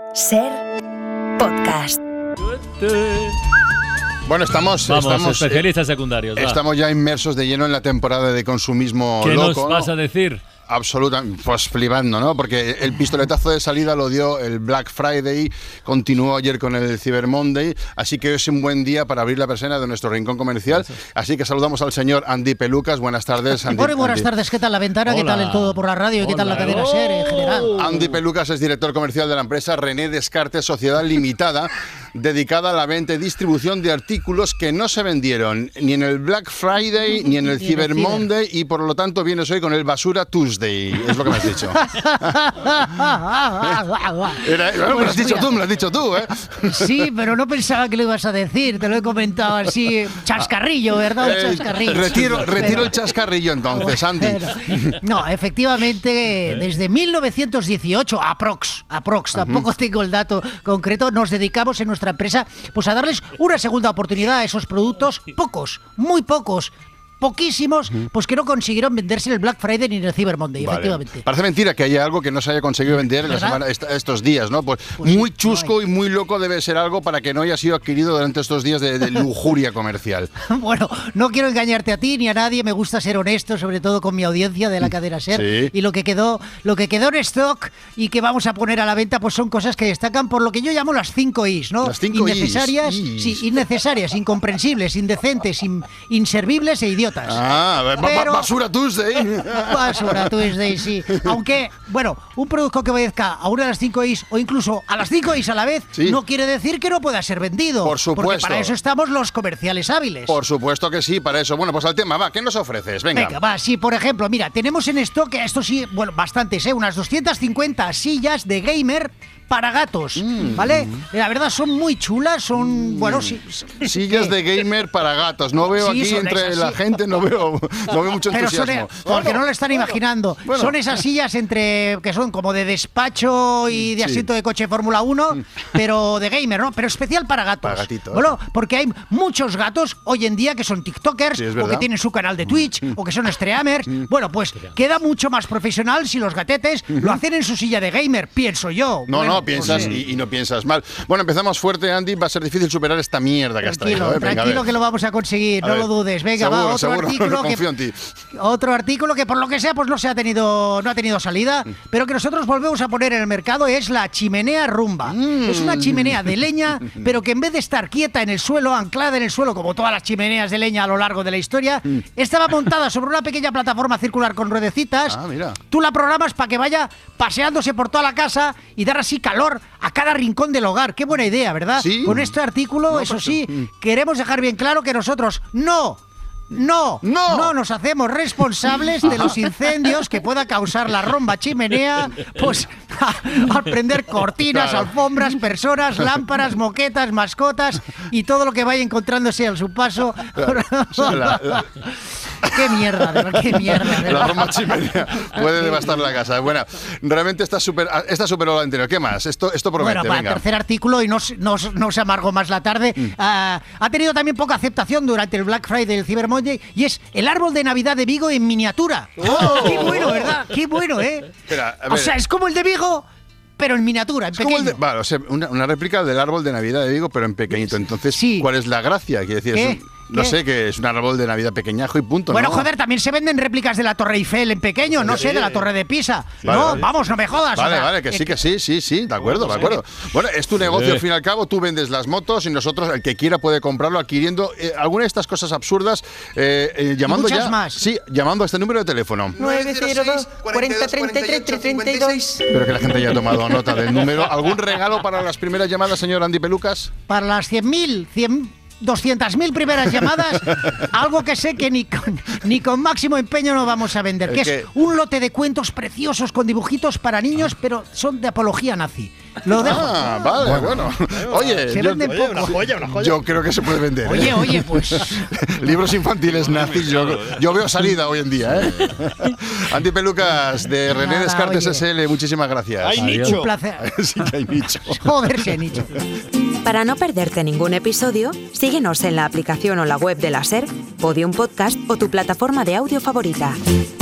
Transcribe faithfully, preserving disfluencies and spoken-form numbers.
Ser Podcast. Bueno, estamos... Vamos, estamos especialistas eh, secundarios. Va. Estamos ya inmersos de lleno en la temporada de consumismo ¿Qué loco. nos vas a decir? Absolutamente, pues flipando, ¿no? Porque el pistoletazo de salida lo dio el Black Friday, continuó ayer con el Cyber Monday, así que hoy es un buen día para abrir la persiana de nuestro rincón comercial. Así que saludamos al señor Andy Pelucas. Buenas tardes, Andy. Bueno, buenas Andy. tardes. ¿Qué tal la ventana? Hola. ¿Qué tal el todo por la radio? ¿Qué tal la Hola. cadena SER en general? Andy Pelucas es director comercial de la empresa René Descartes Sociedad Limitada, dedicada a la venta y distribución de artículos que no se vendieron ni en el Black Friday ni en el Ni en el Cyber Cyber. Monday, y por lo tanto vienes hoy con el Basura Tuesday, es lo que me has dicho. Era, bueno, me lo has dicho tú, me lo has dicho tú, ¿eh? Sí, pero no pensaba que lo ibas a decir. Te lo he comentado así, chascarrillo, ¿verdad? Un Eh, chascarrillo. retiro retiro Pero- el chascarrillo entonces, Andy. Bueno, no, efectivamente, desde mil novecientos dieciocho, aprox, aprox, tampoco tengo el dato concreto, nos dedicamos en nuestra empresa pues a darles una segunda oportunidad a esos productos, pocos, muy pocos, poquísimos, pues que no consiguieron venderse en el Black Friday ni en el Cyber Monday, Vale. efectivamente. Parece mentira que haya algo que no se haya conseguido vender en la ¿Verdad? semana, esta- estos días, ¿no? Pues, Pues muy sí, chusco no y muy loco debe ser algo para que no haya sido adquirido durante estos días de, de lujuria comercial. Bueno, no quiero engañarte a ti ni a nadie, me gusta ser honesto, sobre todo con mi audiencia de la cadena SER. Sí. Y lo que quedó, lo que quedó en stock y que vamos a poner a la venta, pues son cosas que destacan por lo que yo llamo las cinco Is, ¿no? Las cinco Is, innecesarias, Is. sí, innecesarias, incomprensibles, indecentes, in- inservibles e idiotas. Ah, ba- ba- Pero- Basura Tuesday. Basura Tuesday, sí. Aunque, bueno, un producto que obedezca a una de las cinco Is o incluso a las cinco Is a la vez, Sí. no quiere decir que no pueda ser vendido. Por supuesto. Porque para eso estamos los comerciales hábiles. Por supuesto que sí, para eso. Bueno, pues al tema, va, ¿qué nos ofreces? Venga. Venga, va, sí, por ejemplo, mira, tenemos en stock, esto sí, bueno, bastantes, ¿eh? Unas doscientas cincuenta sillas de gamer para gatos, Mm. ¿vale? La verdad son muy chulas, son, bueno, sí. Sillas de gamer para gatos. No veo Sí, aquí son entre esas, la sí. gente, no veo, no veo mucho Pero son, entusiasmo. porque Bueno, no lo están imaginando. bueno. Son esas sillas entre que son como de despacho y de Sí. asiento de coche de Fórmula uno, pero de gamer, ¿no? Pero especial para gatos. Para gatitos. Bueno, porque hay muchos gatos hoy en día que son TikTokers Sí, es o verdad. que tienen su canal de Twitch o que son streamers. Bueno, pues queda mucho más profesional si los gatetes lo hacen en su silla de gamer, pienso yo. No, Bueno, no, piensas pues, y, y no piensas mal. Bueno, empezamos fuerte, Andy. Va a ser difícil superar esta mierda que has Tranquilo, traído. ¿eh? Venga, a tranquilo ver. que lo vamos a conseguir, A no ver. lo dudes. Venga, Seguro, va, otro seguro, artículo que confío en ti. otro artículo que por lo que sea pues no se ha tenido no ha tenido salida, pero que nosotros volvemos a poner en el mercado es la chimenea Rumba. Es una chimenea de leña, pero que en vez de estar quieta en el suelo, anclada en el suelo como todas las chimeneas de leña a lo largo de la historia, estaba montada sobre una pequeña plataforma circular con ruedecitas. Ah, mira. Tú la programas para que vaya paseándose por toda la casa y dar así calor a cada rincón del hogar. Qué buena idea, ¿verdad? Sí. Con este artículo, No, eso pues, sí, mm. queremos dejar bien claro que nosotros no, no, No. no nos hacemos responsables de los incendios que pueda causar la rumba chimenea, pues al prender cortinas, Claro. alfombras, personas, lámparas, moquetas, mascotas y todo lo que vaya encontrándose a su paso. O sea, la, la- Qué mierda, de verdad, qué mierda. de la verdad. Roma chimenea puede devastar la casa. Bueno, realmente está super, esta superó la anterior. ¿Qué más? Esto, esto promete, Bueno, para venga. el tercer artículo, y no, se- no, se- no se amargó más la tarde, ah, ha tenido también poca aceptación durante el Black Friday del Cyber Monday, y es el árbol de Navidad de Vigo en miniatura. ¡Qué bueno, verdad! ¡Qué bueno, eh! Espera, a O ver. sea, es como el de Vigo, pero en miniatura, en Es como el pequeño. de- vale, o sea, una, una réplica del árbol de Navidad de Vigo, pero en pequeñito. Entonces, Sí. ¿cuál es la gracia? Quiere decir, ¿Qué? es un- no ¿Qué? sé, que es un árbol de Navidad pequeñajo y punto. Bueno, ¿no? joder, también se venden réplicas de la Torre Eiffel en pequeño, no sé, de la Torre de Pisa. Vale, no, vale. vamos, no me jodas. o Vale, sea, vale, que eh, sí, que sí, sí, sí, de acuerdo, de acuerdo. Bueno, es tu negocio al fin y al cabo, tú vendes las motos y nosotros, el que quiera puede comprarlo adquiriendo eh, alguna de estas cosas absurdas, eh, eh, llamando muchas ya. más. Sí, llamando a este número de teléfono. nueve cero dos, cuarenta, treinta y tres, treinta y dos. Espero que la gente haya tomado nota del número. ¿Algún regalo para las primeras llamadas, señor Andy Pelucas? Para las cien mil, cien, doscientas mil primeras llamadas, algo que sé que ni con, ni con máximo empeño no vamos a vender, ¿El que qué? es un lote de cuentos preciosos con dibujitos para niños, pero son de apología nazi. Lo dejo. Ah, vale, bueno. Oye, Se yo, venden Oye, una poco. joya, una joya. yo creo que se puede vender. ¿eh? Oye, oye, pues Libros infantiles nazis, yo, yo veo salida hoy en día, ¿eh? Andy Pelucas, de René Nada, Descartes oye. S L, muchísimas gracias. Hay Adiós. nicho. un placer. Sí que hay nicho. Joder, se han dicho. Para no perderte ningún episodio, síguenos en la aplicación o la web de la SER, Podium Podcast o tu plataforma de audio favorita.